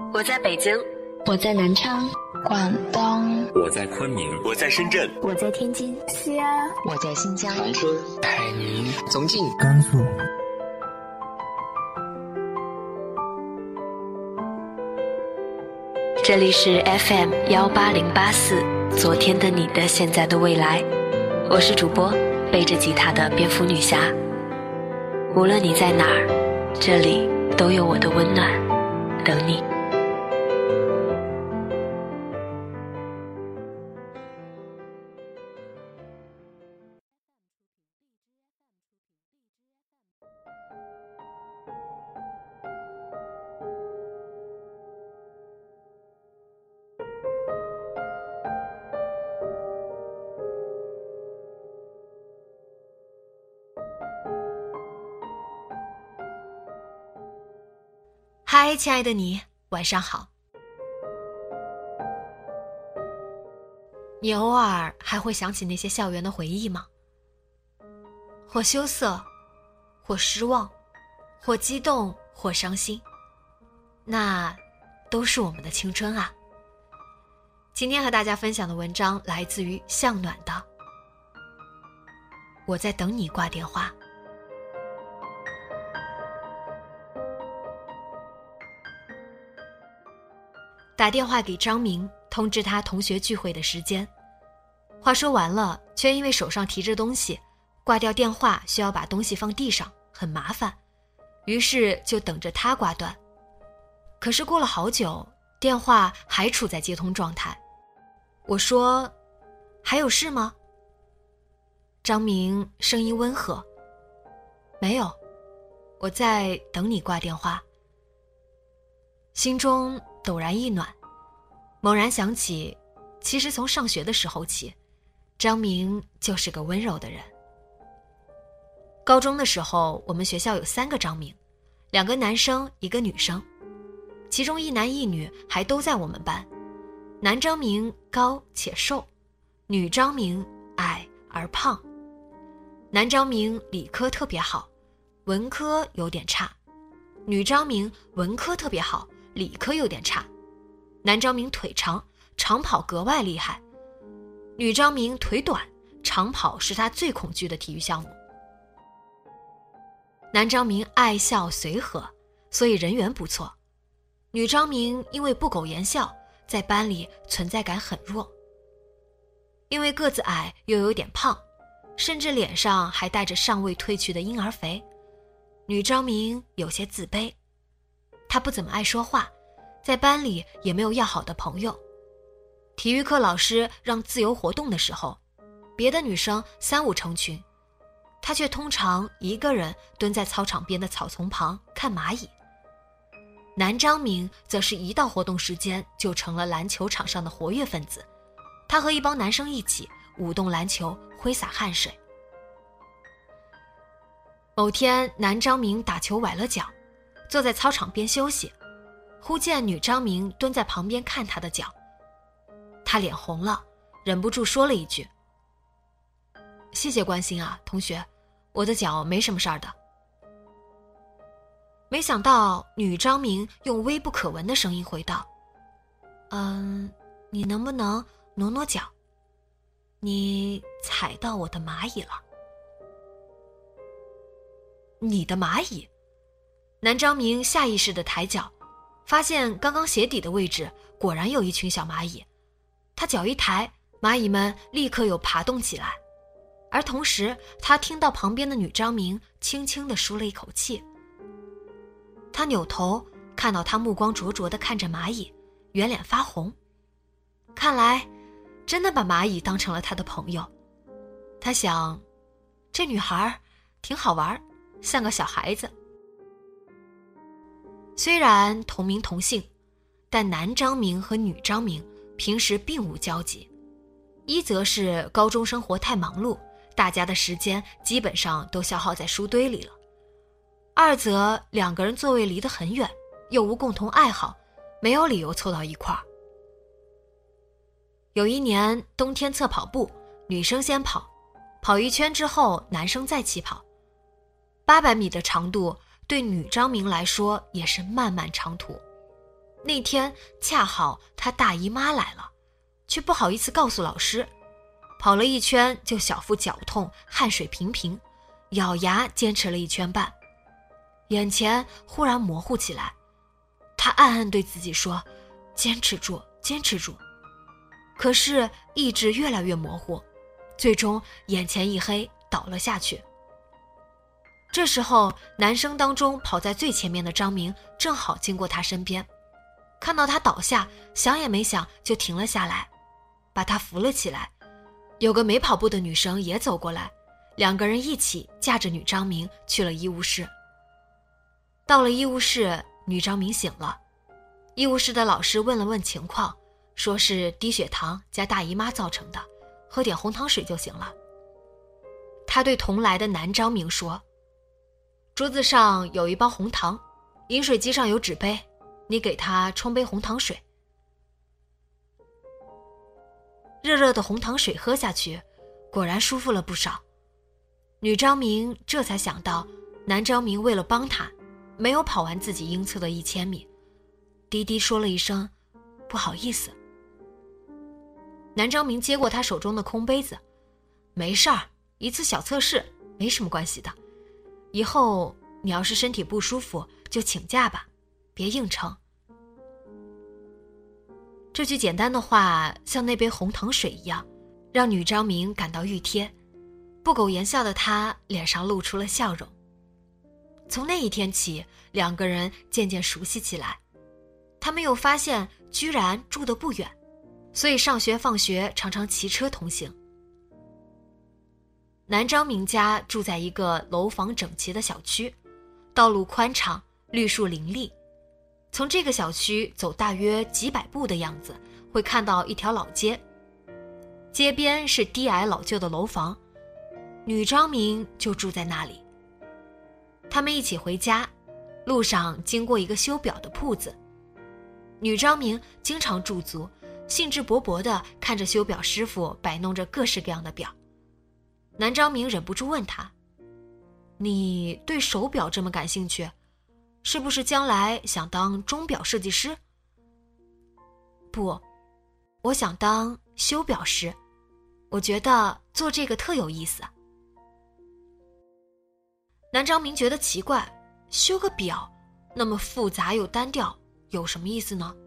我在北京， 我在南昌， 广东， 我在昆明， 我在深圳， 我在天津， 西安， 我在新疆， 长春， 海宁， 重庆， 甘肃。 这里是 FM18084，昨天的你的现在的未来，我是主播背着吉他的蝙蝠女侠。无论你在哪儿，这里都有我的温暖等你。 嗨，亲爱的你，晚上好。你偶尔还会想起那些校园的回忆吗？或羞涩，或失望，或激动，或伤心，那都是我们的青春啊。今天和大家分享的文章来自于向暖的《我在等你挂电话》。打电话给张明，通知他同学聚会的时间。话说完了，却因为手上提着东西，挂掉电话需要把东西放地上，很麻烦，于是就等着他挂断。可是过了好久，电话还处在接通状态。我说：“还有事吗？”张明声音温和：“没有，我在等你挂电话。”心中陡然一暖，猛然想起，其实从上学的时候起，张明就是个温柔的人。高中的时候，我们学校有3个张明，2个男生1个女生，其中1男1女还都在我们班。男张明高且瘦，女张明矮而胖。男张明理科特别好，文科有点差，女张明文科特别好，理科有点差。男张明腿长，长跑格外厉害，女张明腿短，长跑是他最恐惧的体育项目。男张明爱笑随和，所以人缘不错。女张明因为不苟言笑，在班里存在感很弱。因为个子矮又有点胖，甚至脸上还带着尚未褪去的婴儿肥，女张明有些自卑。她不怎么爱说话，在班里也没有要好的朋友。体育课老师让自由活动的时候，别的女生3、5成群，她却通常一个人蹲在操场边的草丛旁看蚂蚁。男张明则是一到活动时间就成了篮球场上的活跃分子，他和一帮男生一起舞动篮球，挥洒汗水。某天，男张明打球崴了脚，坐在操场边休息，忽见女张明蹲在旁边看他的脚，他脸红了，忍不住说了一句：“谢谢关心啊，同学，我的脚没什么事儿的。”没想到女张明用微不可闻的声音回道：“你能不能挪挪脚？你踩到我的蚂蚁了。”你的蚂蚁？男张明下意识地抬脚，发现刚刚鞋底的位置果然有一群小蚂蚁。他脚一抬，蚂蚁们立刻又爬动起来，而同时他听到旁边的女张明轻轻地舒了一口气。他扭头看到他目光灼灼地看着蚂蚁，圆脸发红，看来真的把蚂蚁当成了他的朋友。他想，这女孩挺好玩，像个小孩子。虽然同名同姓，但男张明和女张明平时并无交集。一则是高中生活太忙碌，大家的时间基本上都消耗在书堆里了；二则2个人座位离得很远，又无共同爱好，没有理由凑到一块儿。有一年冬天测跑步，女生先跑，跑1圈之后男生再起跑。800米的长度对女张明来说也是漫漫长途。 那天恰好他大姨妈来了，却不好意思告诉老师，跑了1圈就小腹绞痛，汗水频频，咬牙坚持了1圈半。眼前忽然模糊起来，他暗暗对自己说，坚持住，坚持住。可是意志越来越模糊，最终眼前一黑，倒了下去。这时候男生当中跑在最前面的张明正好经过他身边，看到他倒下，想也没想就停了下来，把他扶了起来。有个没跑步的女生也走过来，2个人一起架着女张明去了医务室。到了医务室，女张明醒了，医务室的老师问了问情况，说是低血糖加大姨妈造成的，喝点红糖水就行了。他对同来的男张明说，桌子上有一包红糖，饮水机上有纸杯，你给他冲杯红糖水。热热的红糖水喝下去，果然舒服了不少。女张明这才想到，男张明为了帮他，没有跑完自己应测的1000米，低低说了一声不好意思。男张明接过他手中的空杯子，没事儿，一次小测试，没什么关系的。以后你要是身体不舒服就请假吧，别硬撑。这句简单的话像那杯红糖水一样，让女张明感到熨贴。不苟言笑的她脸上露出了笑容。从那一天起，2个人渐渐熟悉起来。他们又发现居然住得不远，所以上学放学常常骑车同行。男张明家住在一个楼房整齐的小区，道路宽敞，绿树林立。从这个小区走大约几百步的样子，会看到一条老街，街边是低矮老旧的楼房，女张明就住在那里。他们一起回家，路上经过一个修表的铺子，女张明经常驻足，兴致勃勃地看着修表师傅摆弄着各式各样的表。男张明忍不住问他，你对手表这么感兴趣，是不是将来想当钟表设计师？不，我想当修表师，我觉得做这个特有意思。男张明觉得奇怪，修个表那么复杂又单调，有什么意思呢？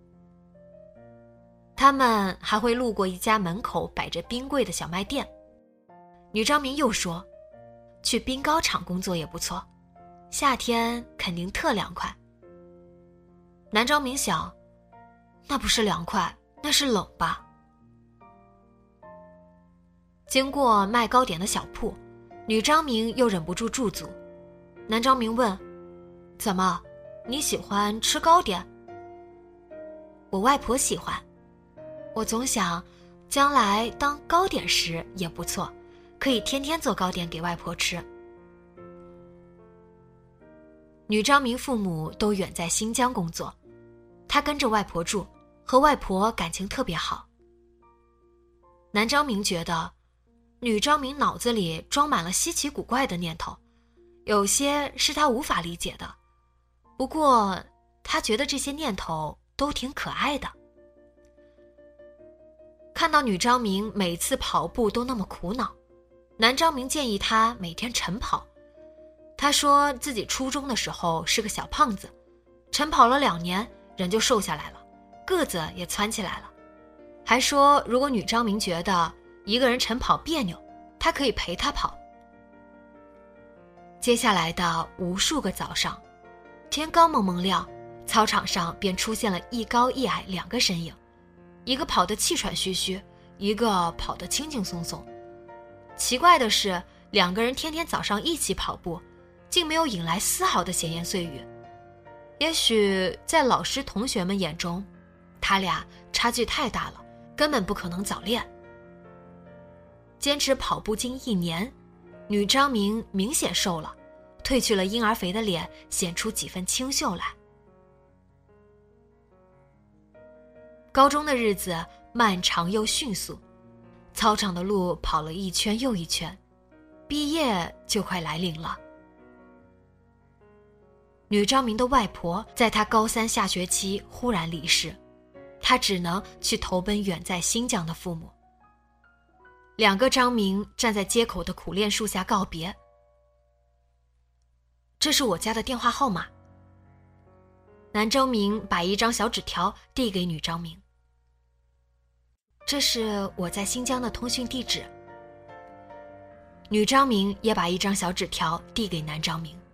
他们还会路过一家门口摆着冰柜的小卖店。女张明又说，去冰糕厂工作也不错，夏天肯定特凉快。男张明想，那不是凉快，那是冷吧。经过卖糕点的小铺，女张明又忍不住驻足。男张明问，怎么，你喜欢吃糕点？我外婆喜欢，我总想将来当糕点师也不错，可以天天做糕点给外婆吃。女张明父母都远在新疆工作，她跟着外婆住，和外婆感情特别好。男张明觉得女张明脑子里装满了稀奇古怪的念头，有些是他无法理解的，不过他觉得这些念头都挺可爱的。看到女张明每次跑步都那么苦恼，男张明建议她每天晨跑。他说自己初中的时候是个小胖子，晨跑了2年，人就瘦下来了，个子也蹿起来了。还说如果女张明觉得一个人晨跑别扭，他可以陪她跑。接下来的无数个早上，天刚蒙蒙亮，操场上便出现了一高一矮2个身影，一个跑得气喘吁吁，一个跑得轻轻松松。奇怪的是，2个人天天早上一起跑步，竟没有引来丝毫的闲言碎语。也许在老师同学们眼中，他俩差距太大了，根本不可能早恋。坚持跑步近1年，女张明明显瘦了，褪去了婴儿肥的脸，显出几分清秀来。高中的日子漫长又迅速，操场的路跑了一圈又一圈，毕业就快来临了。 女张明的外婆在她高3下学期忽然离世，她只能去投奔远在新疆的父母。2个张明站在街口的苦楝树下告别。这是我家的电话号码。男张明把一张小纸条递给女张明。这是我在新疆的通讯地址。女张明也把一张小纸条递给男张明。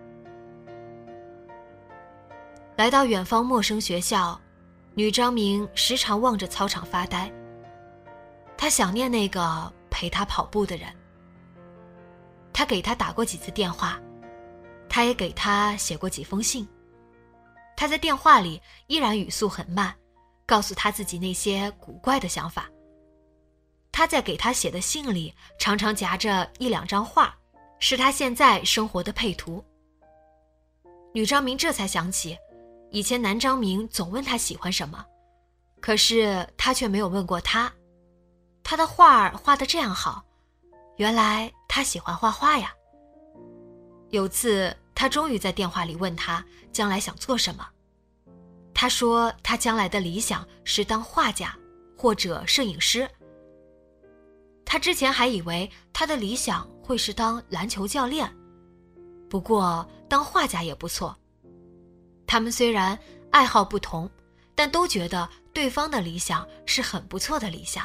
来到远方陌生学校，女张明时常望着操场发呆。她想念那个陪她跑步的人。她给他打过几次电话，她也给他写过几封信。她在电话里依然语速很慢，告诉他自己那些古怪的想法。他在给他写的信里常常夹着1、2张画，是他现在生活的配图。女张明这才想起，以前男张明总问他喜欢什么，可是他却没有问过他。他的画画得这样好，原来他喜欢画画呀。有次他终于在电话里问他将来想做什么。他说他将来的理想是当画家或者摄影师。他之前还以为他的理想会是当篮球教练，不过当画家也不错。他们虽然爱好不同，但都觉得对方的理想是很不错的理想。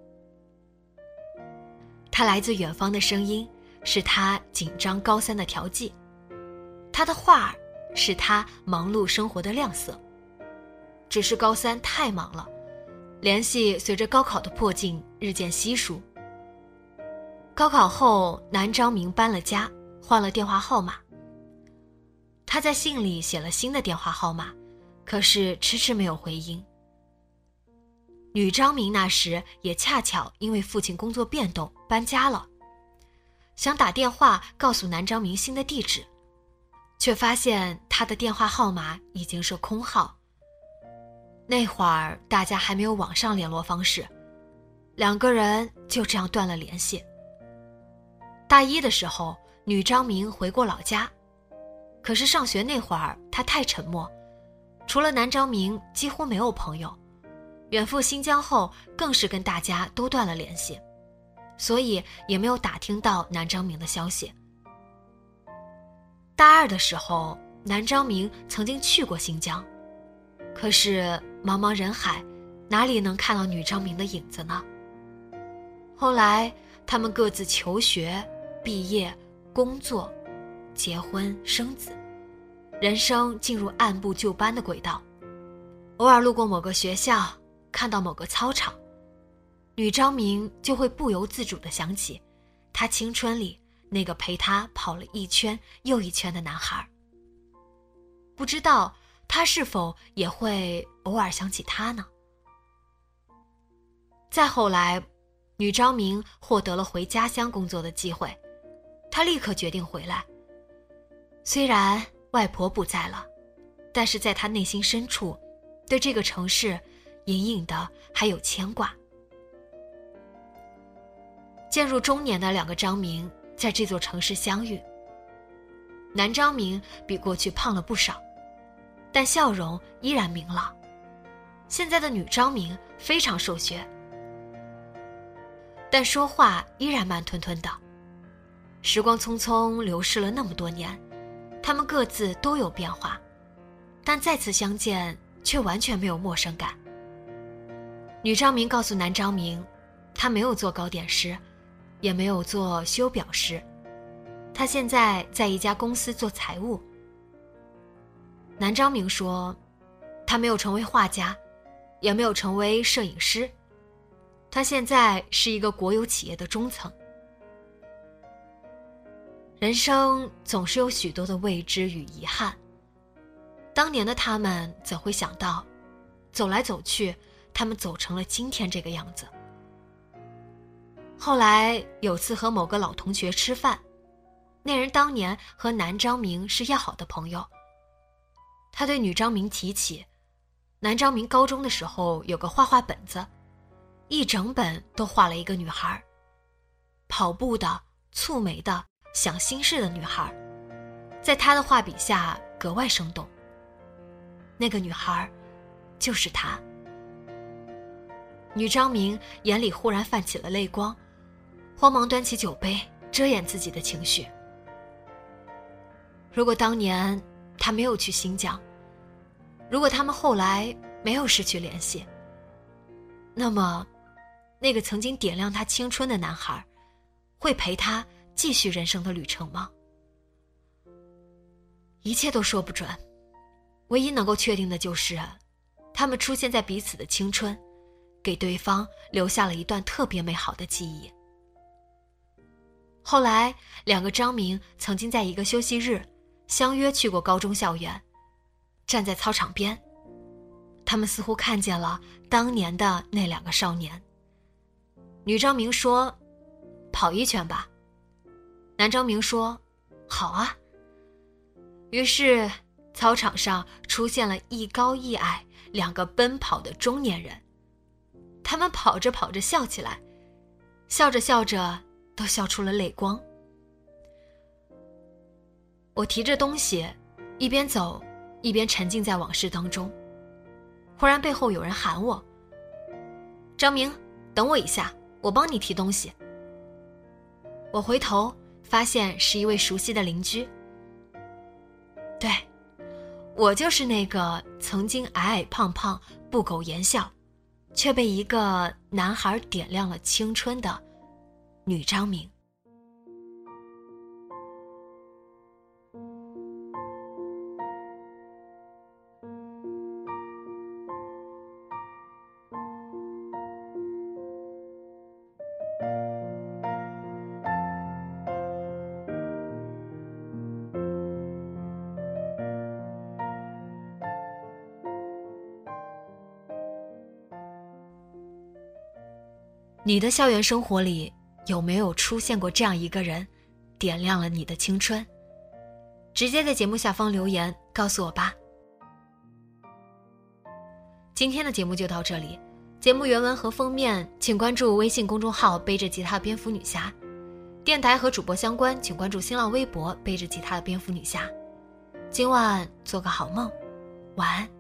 他来自远方的声音是他紧张高3的调剂，他的画是他忙碌生活的亮色。只是高3太忙了，联系随着高考的迫近日渐稀疏。高考后，男张明搬了家，换了电话号码。他在信里写了新的电话号码，可是迟迟没有回音。女张明那时也恰巧因为父亲工作变动搬家了，想打电话告诉男张明新的地址，却发现他的电话号码已经是空号。那会儿大家还没有网上联络方式，2个人就这样断了联系。大1的时候，女张明回过老家，可是上学那会儿她太沉默，除了男张明几乎没有朋友。远赴新疆后更是跟大家都断了联系，所以也没有打听到男张明的消息。大2的时候，男张明曾经去过新疆，可是茫茫人海，哪里能看到女张明的影子呢？后来他们各自求学、毕业、工作、结婚、生子，人生进入按部就班的轨道。偶尔路过某个学校，看到某个操场，女张明就会不由自主地想起她青春里那个陪她跑了一圈又一圈的男孩。不知道她是否也会偶尔想起他呢？再后来，女张明获得了回家乡工作的机会，她立刻决定回来。虽然外婆不在了，但是在她内心深处，对这个城市隐隐的还有牵挂。渐入中年的2个张明在这座城市相遇。男张明比过去胖了不少，但笑容依然明朗。现在的女张明非常瘦削，但说话依然慢吞吞的。时光匆匆流逝了那么多年，他们各自都有变化，但再次相见却完全没有陌生感。女张明告诉男张明，她没有做糕点师，也没有做修表师，她现在在一家公司做财务。男张明说，他没有成为画家，也没有成为摄影师，他现在是一个国有企业的中层。人生总是有许多的未知与遗憾，当年的他们怎会想到，走来走去，他们走成了今天这个样子。后来有次和某个老同学吃饭，那人当年和男张明是要好的朋友。他对女张明提起，男张明高中的时候有个画画本子，一整本都画了一个女孩，跑步的、蹙眉的、想心事的女孩。在他的画笔下， 格外生动。那个女孩就是她。女张明眼里忽然泛起了泪光，慌忙端起酒杯遮掩自己的情绪。如果当年她没有去新疆，如果他们后来没有失去联系，那么那个曾经点亮她青春的男孩会陪她继续人生的旅程吗？一切都说不准，唯一能够确定的就是他们出现在彼此的青春，给对方留下了一段特别美好的记忆。后来两个张明曾经在一个休息日相约去过高中校园，站在操场边，他们似乎看见了当年的那两个少年。女张明说：“跑一圈吧。”男张明说：“好啊。”于是操场上出现了一高一矮两个奔跑的中年人，他们跑着跑着笑起来，笑着笑着都笑出了泪光。我提着东西一边走一边沉浸在往事当中，忽然背后有人喊我：“张明，等我一下，我帮你提东西。”我回头发现是一位熟悉的邻居。对，我就是那个曾经矮矮胖胖不苟言笑，却被一个男孩点亮了青春的女张明。你的校园生活里有没有出现过这样一个人，点亮了你的青春？直接在节目下方留言告诉我吧。今天的节目就到这里，节目原文和封面请关注微信公众号背着吉他的蝙蝠女侠，电台和主播相关请关注新浪微博背着吉他的蝙蝠女侠。今晚做个好梦，晚安。